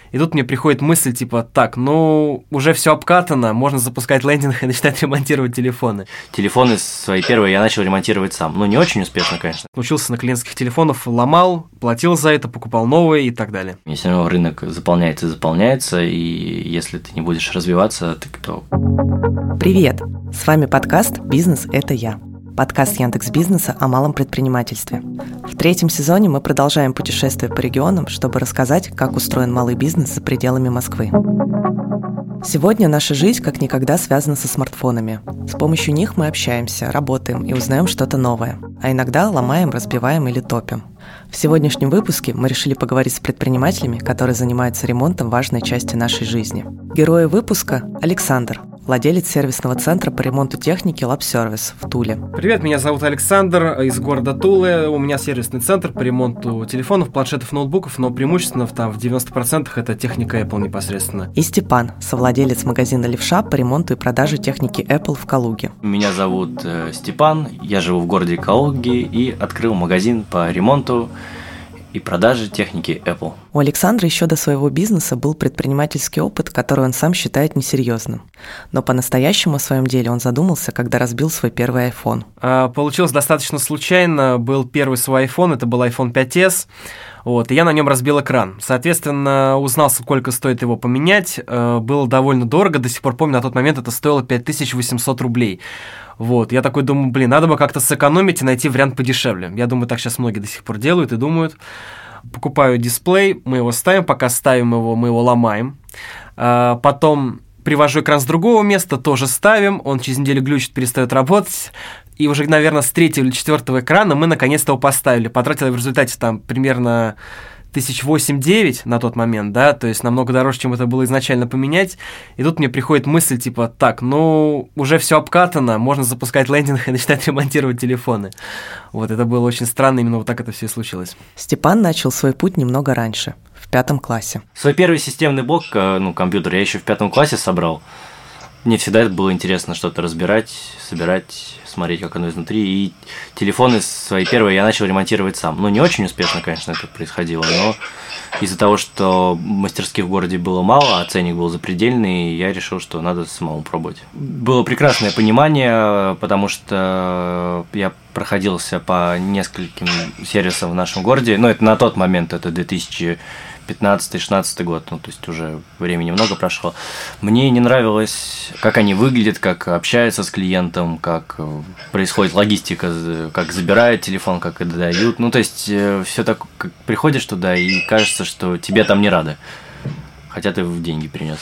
И тут мне приходит мысль, типа, так, ну, уже все обкатано, можно запускать лендинг и начинать ремонтировать телефоны. Телефоны свои первые я начал ремонтировать сам. Ну, не очень успешно, конечно. Учился на клиентских телефонах, ломал, платил за это, покупал новые и так далее. И все равно рынок заполняется и заполняется, и если ты не будешь развиваться, ты кто? Привет! С вами подкаст «Бизнес – это я». Подкаст Яндекс.Бизнеса о малом предпринимательстве. В 3-м сезоне мы продолжаем путешествие по регионам, чтобы рассказать, как устроен малый бизнес за пределами Москвы. Сегодня наша жизнь как никогда связана со смартфонами. С помощью них мы общаемся, работаем и узнаем что-то новое. А иногда ломаем, разбиваем или топим. В сегодняшнем выпуске мы решили поговорить с предпринимателями, которые занимаются ремонтом важной части нашей жизни. Герои выпуска – Александр, владелец сервисного центра по ремонту техники LabService в Туле. Привет, меня зовут Александр, из города Тулы. У меня сервисный центр по ремонту телефонов, планшетов, ноутбуков, но преимущественно в 90% это техника Apple непосредственно. И Степан, совладелец магазина «Левша» по ремонту и продаже техники Apple в Калуге. Меня зовут Степан, я живу в городе Калуге и открыл магазин по ремонту и продаже техники Apple. У Александра еще до своего бизнеса был предпринимательский опыт, который он сам считает несерьезным. Но по-настоящему о своем деле он задумался, когда разбил свой первый iPhone. Получилось достаточно случайно. Был первый свой iPhone, это был iPhone 5s. И я на нем разбил экран. Соответственно, узнал, сколько стоит его поменять. Было довольно дорого, до сих пор помню, на тот момент это стоило 5800 рублей. Я такой думаю, надо бы как-то сэкономить и найти вариант подешевле. Я думаю, так сейчас многие до сих пор делают и думают. Покупаю дисплей, мы его ставим, пока ставим его, мы его ломаем. Потом привожу экран с другого места, тоже ставим, он через неделю глючит, перестает работать. И уже, наверное, с 3-го или 4-го экрана мы наконец-то его поставили. Потратил в результате примерно 1008-9 на тот момент, да, то есть намного дороже, чем это было изначально поменять. И тут мне приходит мысль, типа, так, ну, уже все обкатано, можно запускать лендинг и начинать ремонтировать телефоны. Это было очень странно, именно так это все и случилось. Степан начал свой путь немного раньше, в 5 классе. Свой первый системный блок, компьютер, я еще в 5 классе собрал. Мне всегда было интересно что-то разбирать, собирать, смотреть, как оно изнутри. И телефоны свои первые я начал ремонтировать сам. Не очень успешно, конечно, это происходило, но из-за того, что мастерских в городе было мало, а ценник был запредельный, я решил, что надо самому пробовать. Было прекрасное понимание, потому что я проходился по нескольким сервисам в нашем городе. Это на тот момент, это 2015-16 год, то есть уже времени много прошло. Мне не нравилось, как они выглядят, как общаются с клиентом, как происходит логистика, как забирают телефон, как это дают. То есть все так, как приходишь туда и кажется, что тебе там не рады, хотя ты в деньги принес.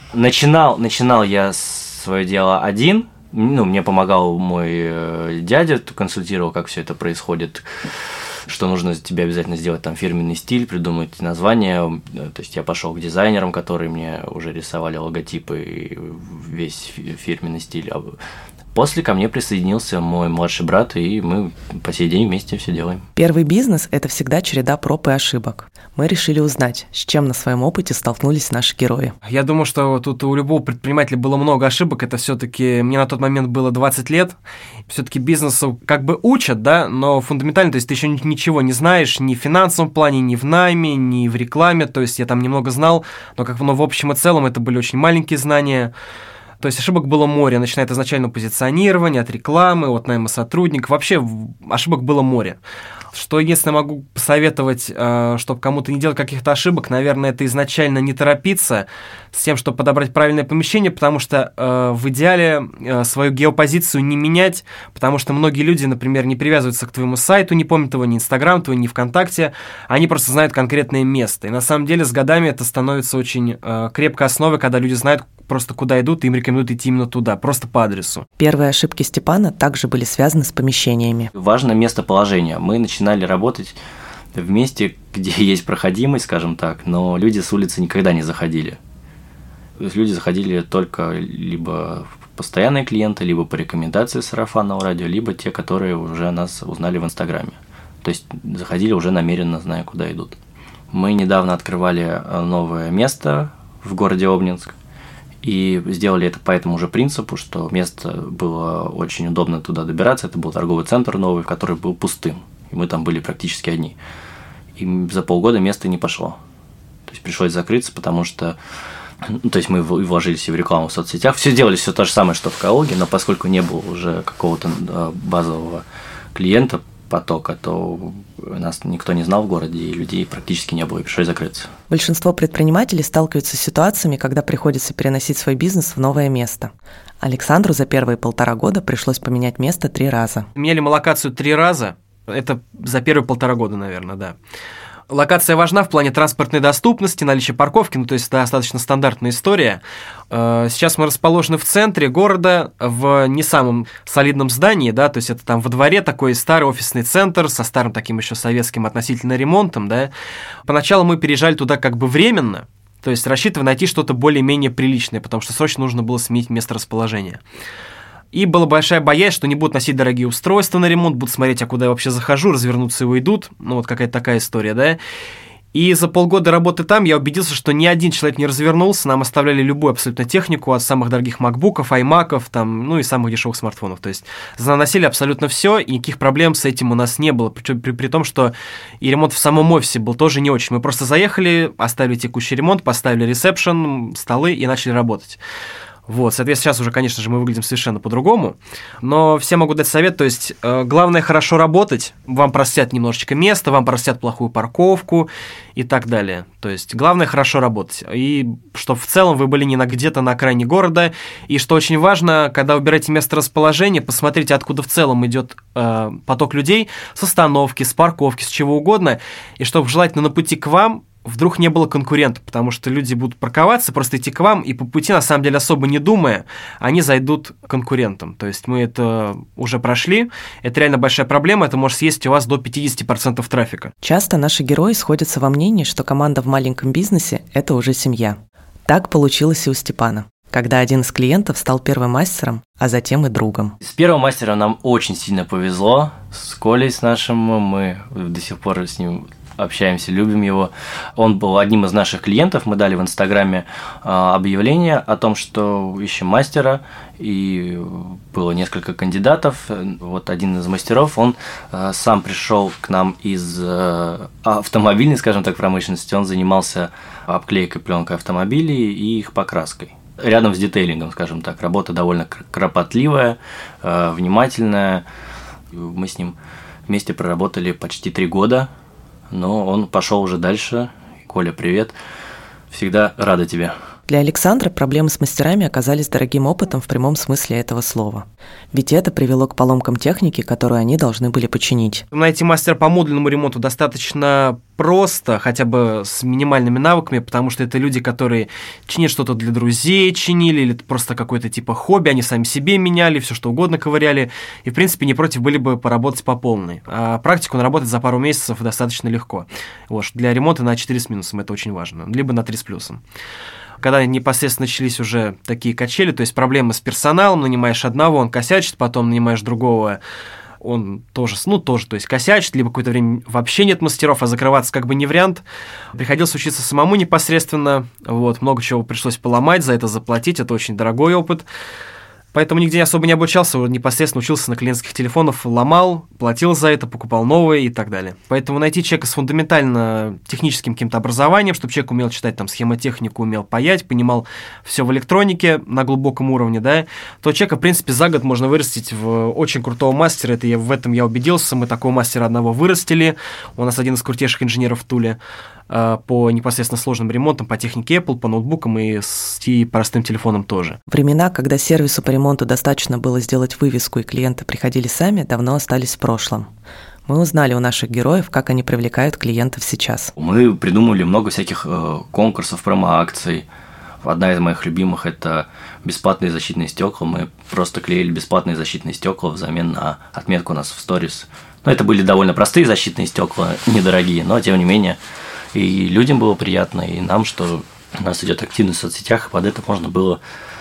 Начинал я свое дело один. Мне помогал мой дядя, консультировал, как все это происходит, что нужно тебе обязательно сделать фирменный стиль, придумать название. То есть я пошел к дизайнерам, которые мне уже рисовали логотипы и весь фирменный стиль. После ко мне присоединился мой младший брат, и мы по сей день вместе все делаем. Первый бизнес – это всегда череда проб и ошибок. Мы решили узнать, с чем на своем опыте столкнулись наши герои. Я думаю, что тут у любого предпринимателя было много ошибок. Это все-таки мне на тот момент было 20 лет. Все-таки бизнесу учат, да, но фундаментально, то есть ты еще ничего не знаешь ни в финансовом плане, ни в найме, ни в рекламе. То есть я там немного знал, но в общем и целом это были очень маленькие знания. То есть ошибок было море, начиная от изначального позиционирования, от рекламы, от найма сотрудников. Вообще ошибок было море. Что единственное могу посоветовать, чтобы кому-то не делать каких-то ошибок, наверное, это изначально не торопиться с тем, чтобы подобрать правильное помещение, потому что в идеале свою геопозицию не менять, потому что многие люди, например, не привязываются к твоему сайту, не помнят его ни Инстаграм твой, ни ВКонтакте, они просто знают конкретное место. И на самом деле с годами это становится очень крепкой основой, когда люди знают просто куда идут, и им рекомендуют идти именно туда, просто по адресу. Первые ошибки Степана также были связаны с помещениями. Важно местоположение. Мы начинали работать в месте, где есть проходимость, скажем так, но люди с улицы никогда не заходили. То есть люди заходили только либо постоянные клиенты, либо по рекомендации сарафанного радио, либо те, которые уже нас узнали в Инстаграме. То есть заходили уже намеренно, зная, куда идут. Мы недавно открывали новое место в городе Обнинск. И сделали это по этому же принципу, что место было очень удобно туда добираться. Это был торговый центр новый, который был пустым. И мы там были практически одни. И за полгода место не пошло. То есть пришлось закрыться, потому что то есть мы вложились и в рекламу в соцсетях. Все делали все то же самое, что в Калуге, но поскольку не было уже какого-то базового клиента, потока, то нас никто не знал в городе, и людей практически не было, и пришлось закрыться. Большинство предпринимателей сталкиваются с ситуациями, когда приходится переносить свой бизнес в новое место. Александру за первые 1,5 года пришлось поменять место 3 раза. Меняли мы локацию 3 раза, это за первые 1,5 года, наверное, да. Локация важна в плане транспортной доступности, наличия парковки, то есть достаточно стандартная история. Сейчас мы расположены в центре города, в не самом солидном здании, да, то есть это там во дворе такой старый офисный центр со старым таким еще советским относительно ремонтом, да. Поначалу мы переезжали туда как бы временно, то есть рассчитывая найти что-то более-менее приличное, потому что срочно нужно было сменить место расположения. И была большая боязнь, что не будут носить дорогие устройства на ремонт, будут смотреть, а куда я вообще захожу, развернуться и уйдут. Ну, вот какая-то такая история, да. И за полгода работы там я убедился, что ни один человек не развернулся, нам оставляли любую абсолютно технику, от самых дорогих макбуков, аймаков, там, ну и самых дешевых смартфонов. То есть заносили абсолютно все, и никаких проблем с этим у нас не было. При том, что и ремонт в самом офисе был тоже не очень. Мы просто заехали, оставили текущий ремонт, поставили ресепшн, столы и начали работать. Вот, соответственно, сейчас уже, конечно же, мы выглядим совершенно по-другому, но все могут дать совет, то есть главное хорошо работать, вам простят немножечко места, вам простят плохую парковку и так далее. То есть главное хорошо работать, и чтобы в целом вы были не где-то на окраине города, и что очень важно, когда выбираете место расположения, посмотрите, откуда в целом идет поток людей, с остановки, с парковки, с чего угодно, и чтобы желательно на пути к вам вдруг не было конкурентов, потому что люди будут парковаться, просто идти к вам, и по пути, на самом деле, особо не думая, они зайдут к конкурентам. То есть мы это уже прошли, это реально большая проблема, это может съесть у вас до 50% трафика. Часто наши герои сходятся во мнении, что команда в маленьком бизнесе – это уже семья. Так получилось и у Степана, когда один из клиентов стал первым мастером, а затем и другом. С первого мастера нам очень сильно повезло, с Колей, с нашим, мы до сих пор с ним общаемся, любим его. Он был одним из наших клиентов. Мы дали в Инстаграме объявление о том, что ищем мастера, и было несколько кандидатов. Вот один из мастеров, он сам пришел к нам из автомобильной, скажем так, промышленности. Он занимался обклейкой пленкой автомобилей и их покраской. Рядом с детейлингом, скажем так. Работа довольно кропотливая, внимательная. Мы с ним вместе проработали почти 3 года. Но он пошел уже дальше. Коля, привет. Всегда рада тебе. Для Александра проблемы с мастерами оказались дорогим опытом в прямом смысле этого слова. Ведь это привело к поломкам техники, которую они должны были починить. Найти мастера по модульному ремонту достаточно просто, хотя бы с минимальными навыками, потому что это люди, которые чинят что-то для друзей, чинили, или просто какое-то типа хобби, они сами себе меняли, все что угодно ковыряли, и, в принципе, не против были бы поработать по полной. А практику наработать за пару месяцев достаточно легко. Вот, для ремонта на 4 с минусом это очень важно, либо на 3 с плюсом. Когда непосредственно начались уже такие качели, то есть проблемы с персоналом, нанимаешь одного, он косячит, потом нанимаешь другого, он тоже, то есть косячит, либо какое-то время вообще нет мастеров, а закрываться как бы не вариант. Приходилось учиться самому непосредственно, вот, много чего пришлось поломать, за это заплатить, это очень дорогой опыт. Поэтому нигде особо не обучался, непосредственно учился на клиентских телефонах, ломал, платил за это, покупал новые и так далее. Поэтому найти человека с фундаментально техническим каким-то образованием, чтобы человек умел читать там схемотехнику, умел паять, понимал все в электронике на глубоком уровне, да, то человека, в принципе, за год можно вырастить в очень крутого мастера. В этом я убедился, мы такого мастера одного вырастили, у нас один из крутейших инженеров в Туле по непосредственно сложным ремонтам, по технике Apple, по ноутбукам и простым телефонам тоже. Времена, когда сервису по ремонту достаточно было сделать вывеску и клиенты приходили сами, давно остались в прошлом. Мы узнали у наших героев, как они привлекают клиентов сейчас. Мы придумали много всяких конкурсов, промо-акций. Одна из моих любимых – это бесплатные защитные стекла. Мы просто клеили бесплатные защитные стекла взамен на отметку у нас в сторис. Но это были довольно простые защитные стекла, недорогие, но тем не менее и людям было приятно, и нам, что у нас идет активность в соцсетях, и под это можно было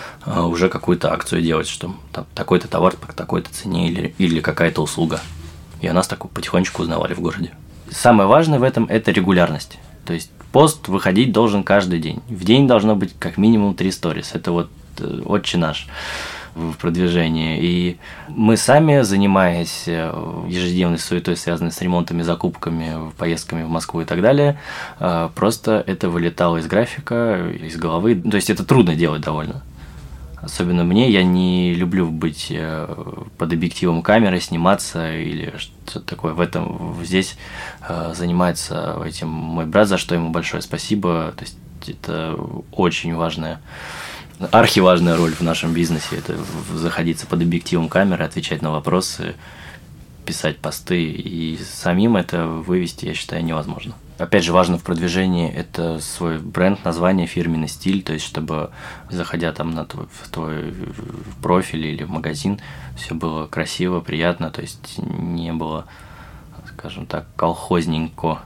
уже какую-то акцию делать, что такой-то товар по такой-то цене или какая-то услуга. И о нас так потихонечку узнавали в городе. Самое важное в этом – это регулярность. То есть пост выходить должен каждый день. В день должно быть как минимум 3 сторис. Это вот отче наш. в продвижении. И мы сами, занимаясь ежедневной суетой, связанной с ремонтами, закупками, поездками в Москву и так далее, просто это вылетало из графика, из головы. То есть это трудно делать довольно. Особенно мне, я не люблю быть под объективом камеры, сниматься или что-то такое. Здесь занимается этим мой брат, за что ему большое спасибо. То есть это очень важная, архиважная роль в нашем бизнесе. Это заходиться под объективом камеры, отвечать на вопросы, писать посты. И самим это вывести, я считаю, невозможно. Опять же, важно в продвижении это свой бренд, название, фирменный стиль, то есть чтобы, заходя там в твой профиль или в магазин, все было красиво, приятно, то есть не было, скажем так, колхозненько,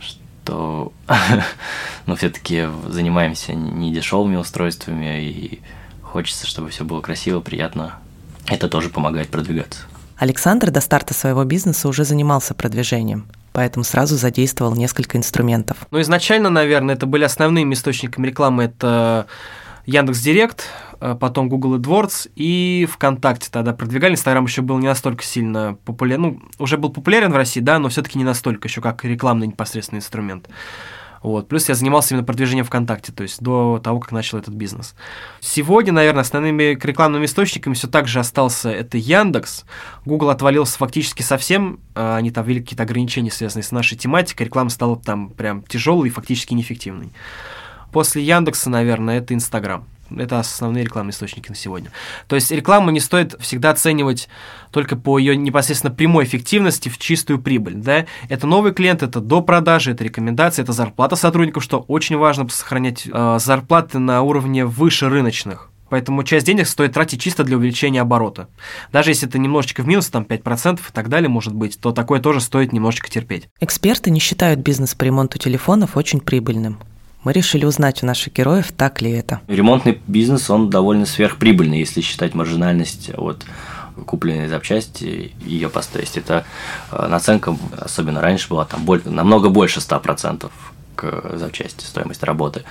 что но все-таки занимаемся не дешевыми устройствами и хочется, чтобы все было красиво, приятно. Это тоже помогает продвигаться. Александр до старта своего бизнеса уже занимался продвижением, поэтому сразу задействовал несколько инструментов. Ну, изначально, наверное, это были основными источниками рекламы. Это Яндекс.Директ, потом Google AdWords и ВКонтакте тогда продвигали. Инстаграм еще был не настолько сильно популярен. Ну, уже был популярен в России, да, но все-таки не настолько еще, как рекламный непосредственный инструмент. Вот. Плюс я занимался именно продвижением ВКонтакте, то есть до того, как начал этот бизнес. Сегодня, наверное, основными рекламными источниками все так же остался это Яндекс. Google отвалился фактически совсем, они там ввели какие-то ограничения, связанные с нашей тематикой, реклама стала там прям тяжелой и фактически неэффективной. После Яндекса, наверное, это Инстаграм. Это основные рекламные источники на сегодня. То есть рекламу не стоит всегда оценивать только по ее непосредственно прямой эффективности в чистую прибыль. Да? Это новый клиент, это до продажи, это рекомендации, это зарплата сотрудников, что очень важно сохранять зарплаты на уровне выше рыночных. Поэтому часть денег стоит тратить чисто для увеличения оборота. Даже если это немножечко в минус, там 5% и так далее может быть, то такое тоже стоит немножечко терпеть. Эксперты не считают бизнес по ремонту телефонов очень прибыльным. Мы решили узнать у наших героев, так ли это. Ремонтный бизнес, он довольно сверхприбыльный, если считать маржинальность от купленной запчасти и ее поста. То есть это наценка, особенно раньше, была там намного больше 100% к запчасти, стоимость работы.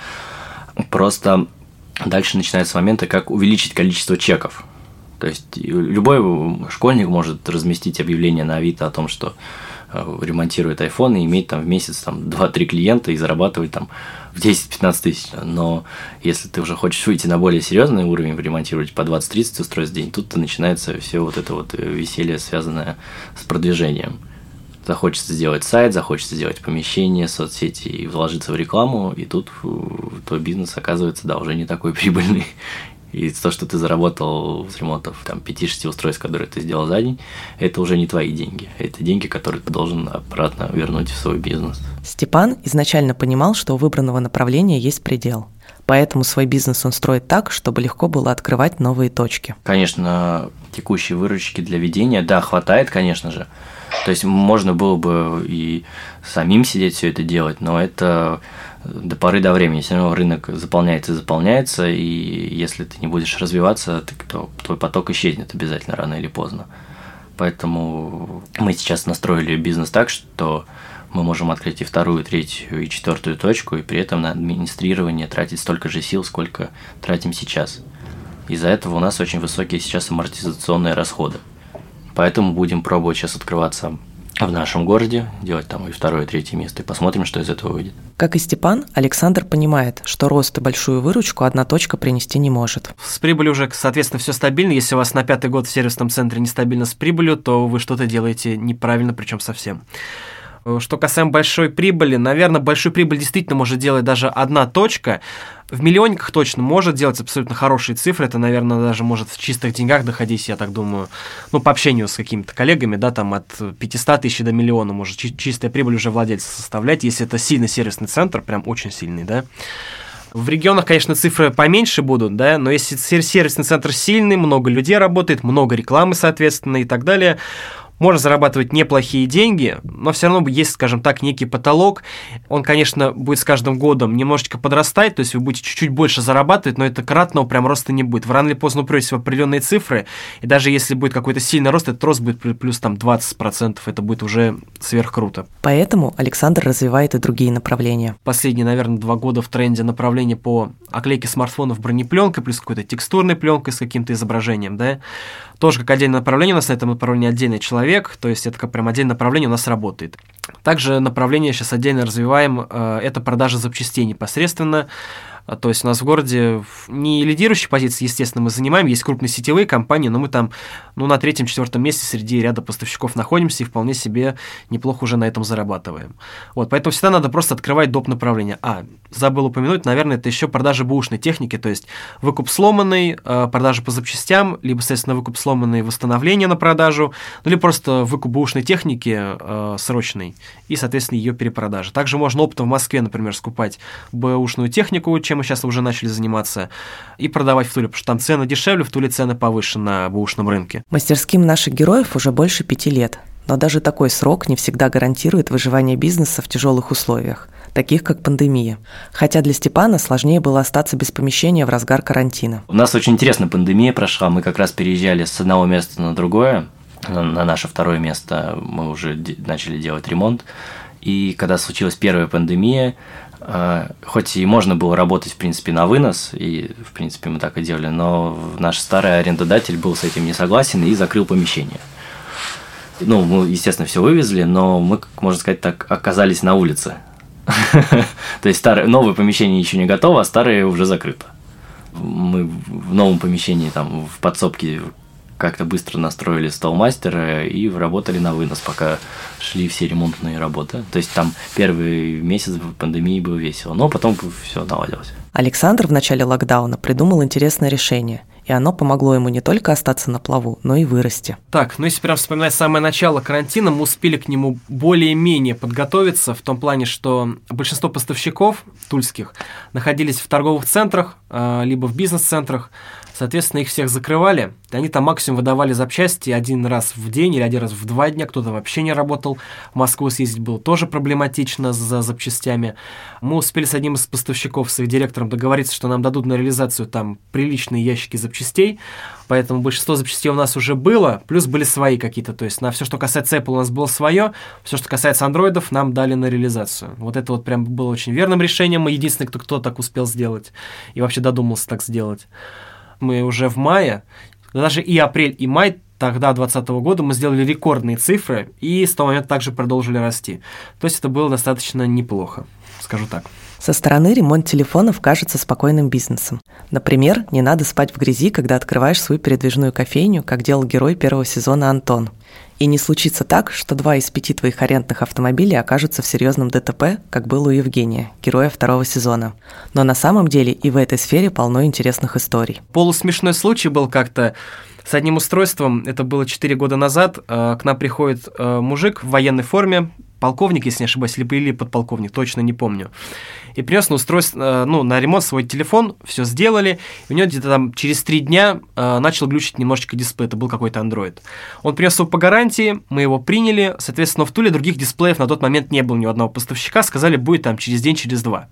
Просто дальше начинаются моменты, как увеличить количество чеков. То есть любой школьник может разместить объявление на Авито о том, что ремонтирует iPhone и иметь там в месяц там 2-3 клиента и зарабатывать там в 10-15 тысяч. Но если ты уже хочешь выйти на более серьезный уровень, ремонтировать по 20-30 устройств в день, тут начинается все вот это вот веселье, связанное с продвижением. Захочется сделать сайт, захочется сделать помещение, соцсети и вложиться в рекламу, и тут твой бизнес оказывается, да, уже не такой прибыльный. И то, что ты заработал с ремонтов там 5-6 устройств, которые ты сделал за день, это уже не твои деньги. Это деньги, которые ты должен обратно вернуть в свой бизнес. Степан изначально понимал, что у выбранного направления есть предел. Поэтому свой бизнес он строит так, чтобы легко было открывать новые точки. Конечно, текущей выручки для ведения, да, хватает, конечно же. То есть можно было бы и самим сидеть все это делать, но это до поры до времени. Все равно рынок заполняется, и если ты не будешь развиваться, то твой поток исчезнет обязательно рано или поздно. Поэтому мы сейчас настроили бизнес так, что мы можем открыть и вторую, и третью, и четвертую точку, и при этом на администрирование тратить столько же сил, сколько тратим сейчас. Из-за этого у нас очень высокие сейчас амортизационные расходы. Поэтому будем пробовать сейчас открываться в нашем городе, делать там и второе, и третье место, и посмотрим, что из этого выйдет. Как и Степан, Александр понимает, что рост и большую выручку одна точка принести не может. С прибылью уже, соответственно, все стабильно. Если у вас на 5-й год в сервисном центре нестабильно с прибылью, то вы что-то делаете неправильно, причем совсем. Что касаемо большой прибыли, наверное, большую прибыль действительно может делать даже одна точка. В миллионниках точно может делать абсолютно хорошие цифры. Это, наверное, даже может в чистых деньгах доходить, я так думаю, ну, по общению с какими-то коллегами, да, там от 500 тысяч до миллиона может чистая прибыль уже владельца составлять, если это сильный сервисный центр, прям очень сильный, да. В регионах, конечно, цифры поменьше будут, да, но если сервисный центр сильный, много людей работает, много рекламы, соответственно, и так далее, можно зарабатывать неплохие деньги, но все равно есть, скажем так, некий потолок. Он, конечно, будет с каждым годом немножечко подрастать, то есть вы будете чуть-чуть больше зарабатывать, но это кратного прям роста не будет. Вы рано или поздно упретесь в определенные цифры, и даже если будет какой-то сильный рост, этот рост будет плюс там 20%, это будет уже сверхкруто. Поэтому Александр развивает и другие направления. Последние, наверное, 2 года в тренде направление по оклейки смартфонов бронепленкой, плюс какой-то текстурной пленкой с каким-то изображением, да. Тоже как отдельное направление, у нас на этом направлении отдельный человек, то есть это как прям отдельное направление у нас работает. Также направление сейчас отдельно развиваем, это продажа запчастей непосредственно. То есть у нас в городе не лидирующие позиции, естественно, мы занимаем, есть крупные сетевые компании, но мы там на 3-4 месте среди ряда поставщиков находимся и вполне себе неплохо уже на этом зарабатываем. Вот, поэтому всегда надо просто открывать доп. Направление. Забыл упомянуть, наверное, это еще продажа бэушной техники, то есть выкуп сломанный, продажа по запчастям, либо, соответственно, выкуп сломанный, восстановление на продажу, или просто выкуп бэушной техники срочный и, соответственно, ее перепродажа. Также можно оптом в Москве, например, скупать бэушную технику, чем мы сейчас уже начали заниматься, и продавать в Туле, потому что там цены дешевле, в Туле цены повыше на бэушном рынке. Мастерским наших героев уже больше 5 лет, но даже такой срок не всегда гарантирует выживание бизнеса в тяжелых условиях, таких как пандемия. Хотя для Степана сложнее было остаться без помещения в разгар карантина. У нас очень интересно пандемия прошла, мы как раз переезжали с одного места на другое, на наше второе место мы уже начали делать ремонт, и когда случилась первая пандемия, хоть и можно было работать, в принципе, на вынос, и, в принципе, мы так и делали, но наш старый арендодатель был с этим не согласен и закрыл помещение. Мы, естественно, все вывезли, но мы, можно сказать так, оказались на улице. То есть новое помещение еще не готово, а старое уже закрыто. Мы в новом помещении, там, в подсобке как-то быстро настроили столмастера и работали на вынос, пока шли все ремонтные работы. То есть там первый месяц в пандемии было весело, но потом все наладилось. Александр в начале локдауна придумал интересное решение, и оно помогло ему не только остаться на плаву, но и вырасти. Так, если прям вспоминать самое начало карантина, мы успели к нему более-менее подготовиться, в том плане, что большинство поставщиков тульских находились в торговых центрах, либо в бизнес-центрах. Соответственно, их всех закрывали, и они там максимум выдавали запчасти один раз в день или один раз в 2 дня, кто-то вообще не работал. В Москву съездить было тоже проблематично за запчастями. Мы успели с одним из поставщиков, с их директором, договориться, что нам дадут на реализацию там приличные ящики запчастей, поэтому большинство запчастей у нас уже было, плюс были свои какие-то, то есть на все, что касается Apple, у нас было свое, все, что касается андроидов, нам дали на реализацию. Вот это вот прям было очень верным решением, мы единственный, кто так успел сделать и вообще додумался так сделать. Мы уже в мае, даже и апрель, и май тогда, 2020 года, мы сделали рекордные цифры и с того момента также продолжили расти. То есть это было достаточно неплохо, скажу так. Со стороны ремонт телефонов кажется спокойным бизнесом. Например, не надо спать в грязи, когда открываешь свою передвижную кофейню, как делал герой первого сезона Антон. И не случится так, что 2 из 5 твоих арендных автомобилей окажутся в серьезном ДТП, как было у Евгения, героя 2 сезона. Но на самом деле и в этой сфере полно интересных историй. Полусмешной случай был как-то с одним устройством, это было 4 года назад, к нам приходит мужик в военной форме, полковник, если не ошибаюсь, или подполковник, точно не помню. И принес на устройство, на ремонт свой телефон, все сделали. И у него где-то там через 3 дня начал глючить немножечко дисплей, это был какой-то Android. Он принес его по гарантии, мы его приняли, соответственно, в Туле других дисплеев на тот момент не было ни у одного поставщика, сказали, будет там через день, через 2.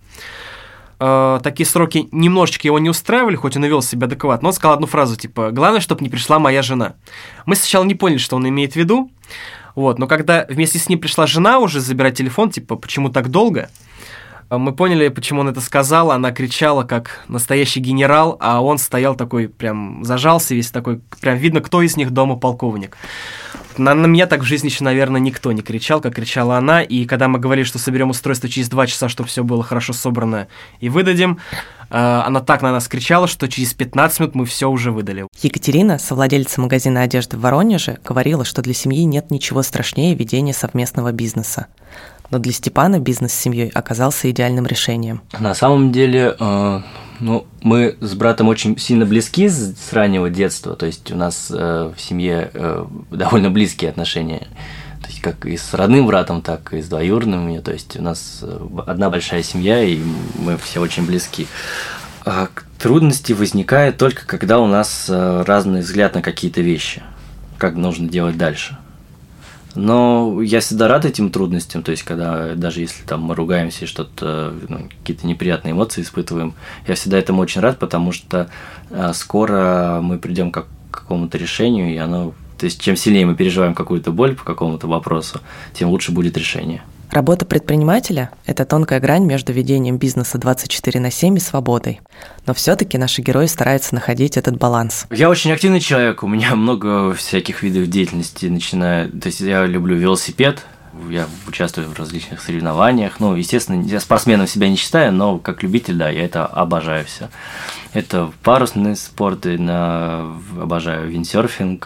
Такие сроки немножечко его не устраивали, хоть он и вел себя адекватно, но он сказал одну фразу, типа, главное, чтобы не пришла моя жена. Мы сначала не поняли, что он имеет в виду, но когда вместе с ним пришла жена уже забирать телефон, типа, почему так долго, мы поняли, почему он это сказал. Она кричала, как настоящий генерал, а он стоял такой, прям зажался весь такой, прям видно, кто из них дома полковник. На меня так в жизни еще, наверное, никто не кричал, как кричала она. И когда мы говорили, что соберем устройство через 2 часа, чтобы все было хорошо собрано и выдадим, она так на нас кричала, что через 15 минут мы все уже выдали. Екатерина, совладельца магазина одежды в Воронеже, говорила, что для семьи нет ничего страшнее ведения совместного бизнеса. Но для Степана бизнес с семьей оказался идеальным решением. На самом деле, мы с братом очень сильно близки с раннего детства, то есть у нас в семье довольно близкие отношения, то есть как и с родным братом, так и с двоюродным, то есть у нас одна большая семья, и мы все очень близки. А трудности возникают только когда у нас разный взгляд на какие-то вещи, как нужно делать дальше. Но я всегда рад этим трудностям, то есть когда даже если там мы ругаемся и что-то, какие-то неприятные эмоции испытываем, я всегда этому очень рад, потому что скоро мы придем к какому-то решению, и оно, то есть чем сильнее мы переживаем какую-то боль по какому-то вопросу, тем лучше будет решение. Работа предпринимателя – это тонкая грань между ведением бизнеса 24/7 и свободой. Но все-таки наши герои стараются находить этот баланс. Я очень активный человек, у меня много всяких видов деятельности, то есть я люблю велосипед, я участвую в различных соревнованиях, естественно, я спортсменом себя не считаю, но как любитель, да, я это обожаю все. Это парусный спорт, обожаю виндсерфинг,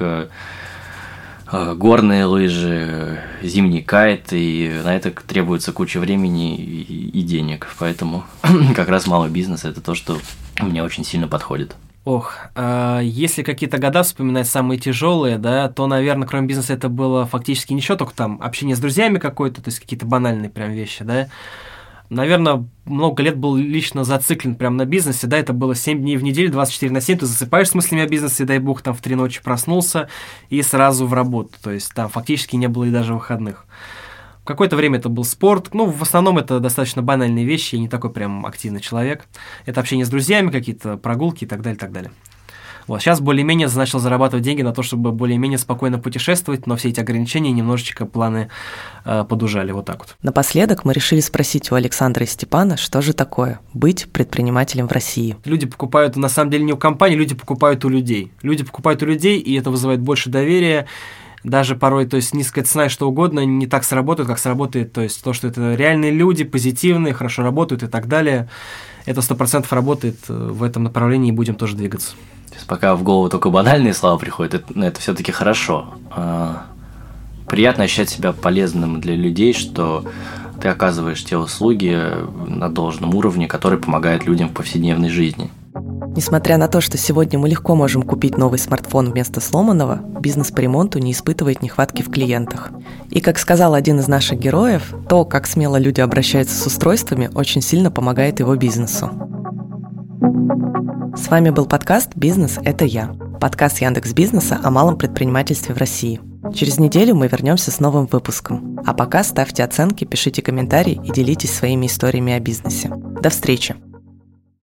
горные лыжи, зимний кайт, и на это требуется куча времени и денег, поэтому как раз малый бизнес – это то, что мне очень сильно подходит. Если какие-то года вспоминать самые тяжелые, да, то, наверное, кроме бизнеса это было фактически ничего, только там общение с друзьями какое-то, то есть какие-то банальные прям вещи, да. Наверное, много лет был лично зациклен прямо на бизнесе, да, это было 7 дней в неделю, 24/7, ты засыпаешь с мыслями о бизнесе, дай бог, там в 3 ночи проснулся и сразу в работу, то есть там фактически не было и даже выходных. В какое-то время это был спорт, в основном это достаточно банальные вещи, я не такой прям активный человек. Это общение с друзьями, какие-то прогулки и так далее, и так далее. Сейчас более-менее начал зарабатывать деньги на то, чтобы более-менее спокойно путешествовать, но все эти ограничения немножечко планы подужали, вот так вот. Напоследок мы решили спросить у Александра и Степана, что же такое быть предпринимателем в России. Люди покупают, на самом деле, не у компаний, люди покупают у людей. Люди покупают у людей, и это вызывает больше доверия. Даже порой, то есть низкая цена и что угодно не так сработает, как сработает, то есть то, что это реальные люди, позитивные, хорошо работают и так далее, это 100% работает в этом направлении, и будем тоже двигаться. То есть пока в голову только банальные слова приходят, это все-таки хорошо. Приятно ощущать себя полезным для людей, что ты оказываешь те услуги на должном уровне, которые помогают людям в повседневной жизни. Несмотря на то, что сегодня мы легко можем купить новый смартфон вместо сломанного, бизнес по ремонту не испытывает нехватки в клиентах. И, как сказал один из наших героев, то, как смело люди обращаются с устройствами, очень сильно помогает его бизнесу. С вами был подкаст «Бизнес – это я». Подкаст Яндекс.Бизнеса о малом предпринимательстве в России. Через неделю мы вернемся с новым выпуском. А пока ставьте оценки, пишите комментарии и делитесь своими историями о бизнесе. До встречи!